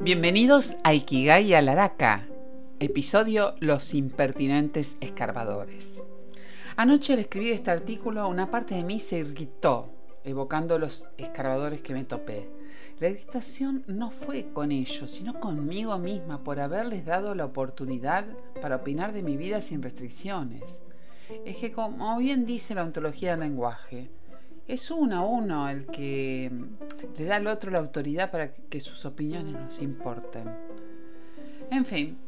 Bienvenidos a Ikigai Alaraka, episodio Los impertinentes escarbadores. Anoche al escribir este artículo, una parte de mí se irritó, evocando los escarbadores que me topé. La irritación no fue con ellos, sino conmigo misma por haberles dado la oportunidad para opinar de mi vida sin restricciones. Es que, como bien dice la ontología del lenguaje, es uno a uno el que le da al otro la autoridad para que sus opiniones nos importen. En fin,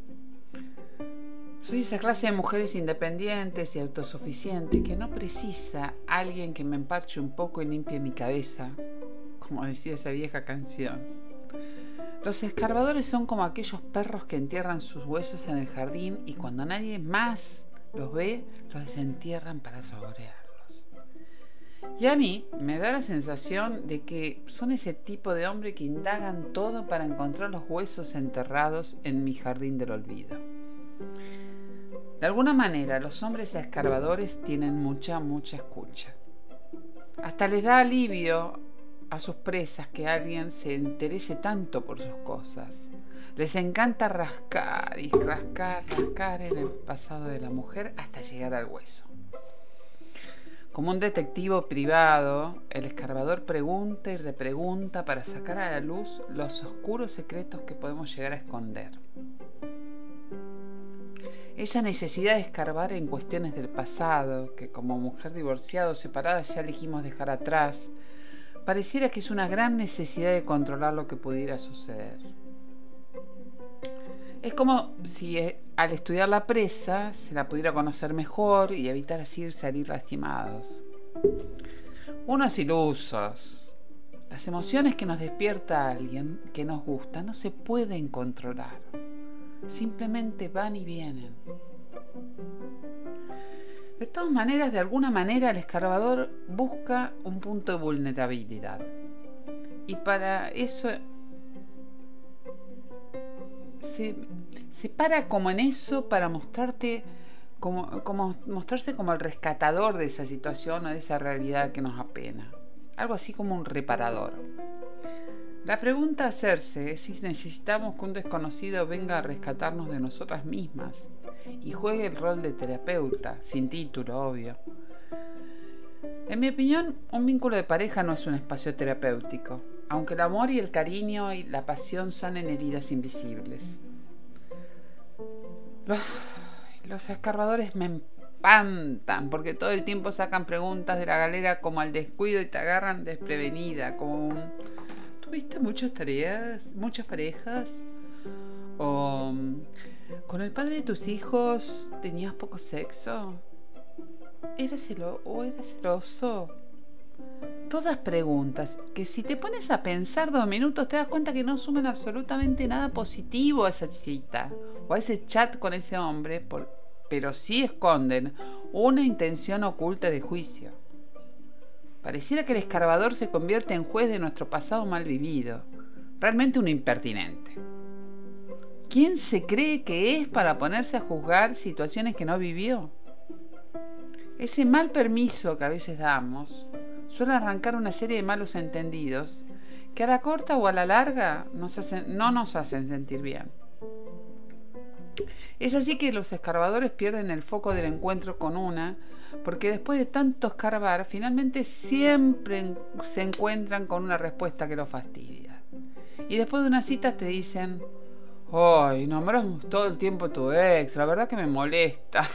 soy esa clase de mujeres independientes y autosuficientes que no precisa alguien que me emparche un poco y limpie mi cabeza, como decía esa vieja canción. Los escarbadores son como aquellos perros que entierran sus huesos en el jardín y cuando nadie más los ve, los desentierran para saborearlos. Y a mí me da la sensación de que son ese tipo de hombre que indagan todo para encontrar los huesos enterrados en mi jardín del olvido. De alguna manera, los hombres escarbadores tienen mucha escucha. Hasta les da alivio a sus presas que alguien se interese tanto por sus cosas. Les encanta rascar en el pasado de la mujer hasta llegar al hueso. Como un detective privado, el escarbador pregunta y repregunta para sacar a la luz los oscuros secretos que podemos llegar a esconder. Esa necesidad de escarbar en cuestiones del pasado, que como mujer divorciada o separada ya elegimos dejar atrás, pareciera que es una gran necesidad de controlar lo que pudiera suceder. Es como si al estudiar la presa se la pudiera conocer mejor y evitar así salir lastimados. Unos ilusos. Las emociones que nos despierta a alguien que nos gusta no se pueden controlar. Simplemente van y vienen. De todas maneras, de alguna manera, el escarbador busca un punto de vulnerabilidad. Y para eso se para como en eso para mostrarse como el rescatador de esa situación o de esa realidad que nos apena. Algo así como un reparador. La pregunta a hacerse es si necesitamos que un desconocido venga a rescatarnos de nosotras mismas y juegue el rol de terapeuta, sin título, obvio. En mi opinión, un vínculo de pareja no es un espacio terapéutico, aunque el amor y el cariño y la pasión sanen heridas invisibles. Los escarbadores me espantan porque todo el tiempo sacan preguntas de la galera como al descuido y te agarran desprevenida, como un ¿tuviste muchas tareas, muchas parejas? O ¿con el padre de tus hijos tenías poco sexo? ¿Eras celoso? Todas preguntas que si te pones a pensar 2 minutos te das cuenta que no suman absolutamente nada positivo a esa cita o a ese chat con ese hombre, pero sí esconden una intención oculta de juicio. Pareciera que el escarbador se convierte en juez de nuestro pasado mal vivido, realmente un impertinente. ¿Quién se cree que es para ponerse a juzgar situaciones que no vivió? Ese mal permiso que a veces damos suele arrancar una serie de malos entendidos que a la corta o a la larga no nos hacen sentir bien. Es así que los escarbadores pierden el foco del encuentro con una, porque después de tanto escarbar, finalmente siempre se encuentran con una respuesta que los fastidia. Y después de una cita te dicen: ¡ay, nombras todo el tiempo tu ex! La verdad que me molesta.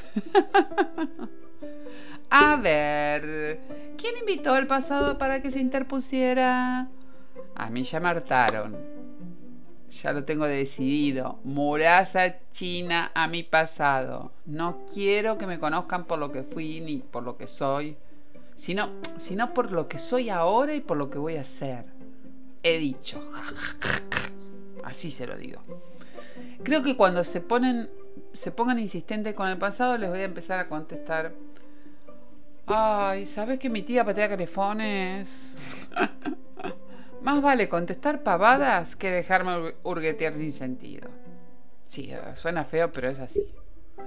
A ver, ¿quién invitó al pasado para que se interpusiera? A mí ya me hartaron. Ya lo tengo decidido. Muralla china a mi pasado. No quiero que me conozcan por lo que fui ni por lo que soy, sino por lo que soy ahora y por lo que voy a hacer. He dicho. Así se lo digo. Creo que cuando se pongan insistentes con el pasado les voy a empezar a contestar: ay, ¿sabes que mi tía patea calefones? Más vale contestar pavadas que dejarme hurguetear sin sentido. Sí, suena feo, pero es así.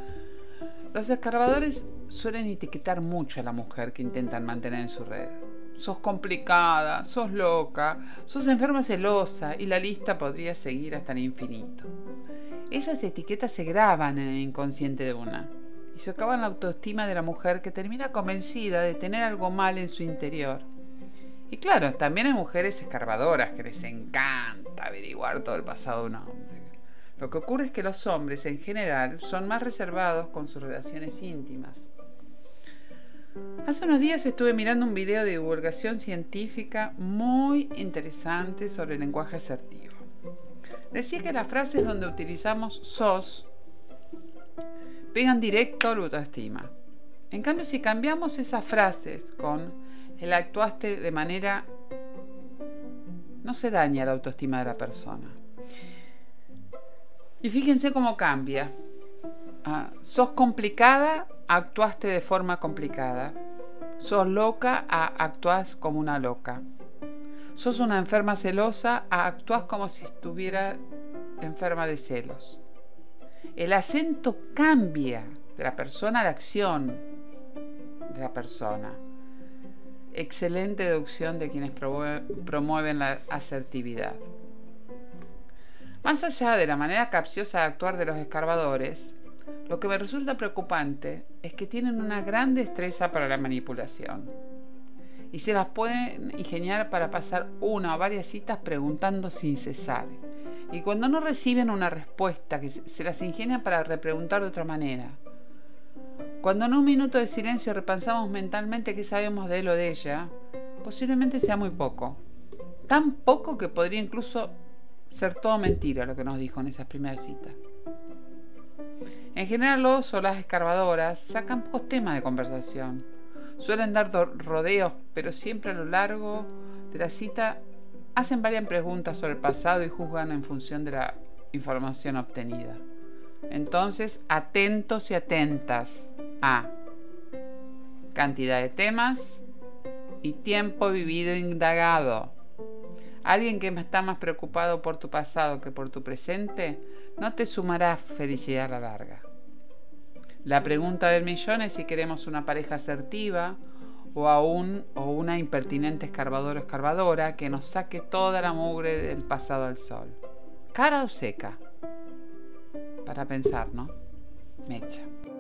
Los escarbadores suelen etiquetar mucho a la mujer que intentan mantener en su red. sos complicada, sos loca, sos enferma celosa y la lista podría seguir hasta el infinito. Esas etiquetas se graban en el inconsciente de una y socavan la autoestima de la mujer, que termina convencida de tener algo mal en su interior. Y claro, también hay mujeres escarbadoras que les encanta averiguar todo el pasado de un hombre. Lo que ocurre es que los hombres en general son más reservados con sus relaciones íntimas. Hace unos días estuve mirando un video de divulgación científica muy interesante sobre el lenguaje asertivo. Decía que las frases donde utilizamos sos pegan directo a la autoestima. En cambio, si cambiamos esas frases con el actuaste de manera, no se daña la autoestima de la persona. Y fíjense cómo cambia. Sos complicada, actuaste de forma complicada. Sos loca, actuás como una loca. Sos una enferma celosa, actuás como si estuviera enferma de celos. El acento cambia de la persona a la acción de la persona. Excelente deducción de quienes promueven la asertividad. Más allá de la manera capciosa de actuar de los escarbadores, lo que me resulta preocupante es que tienen una gran destreza para la manipulación y se las pueden ingeniar para pasar una o varias citas preguntando sin cesar. Y cuando no reciben una respuesta, que se las ingenian para repreguntar de otra manera. Cuando en un minuto de silencio repensamos mentalmente qué sabemos de él o de ella, posiblemente sea muy poco. Tan poco que podría incluso ser todo mentira lo que nos dijo en esas primeras citas. En general, los o las escarbadoras sacan pocos temas de conversación. Suelen dar rodeos, pero siempre a lo largo de la cita hacen varias preguntas sobre el pasado y juzgan en función de la información obtenida. Entonces, atentos y atentas a cantidad de temas y tiempo vivido indagado. Alguien que está más preocupado por tu pasado que por tu presente no te sumará felicidad a la larga. La pregunta del millón es si queremos una pareja asertiva o una impertinente escarbador o escarbadora que nos saque toda la mugre del pasado al sol. ¿Cara o seca? Para pensar, ¿no? Mecha.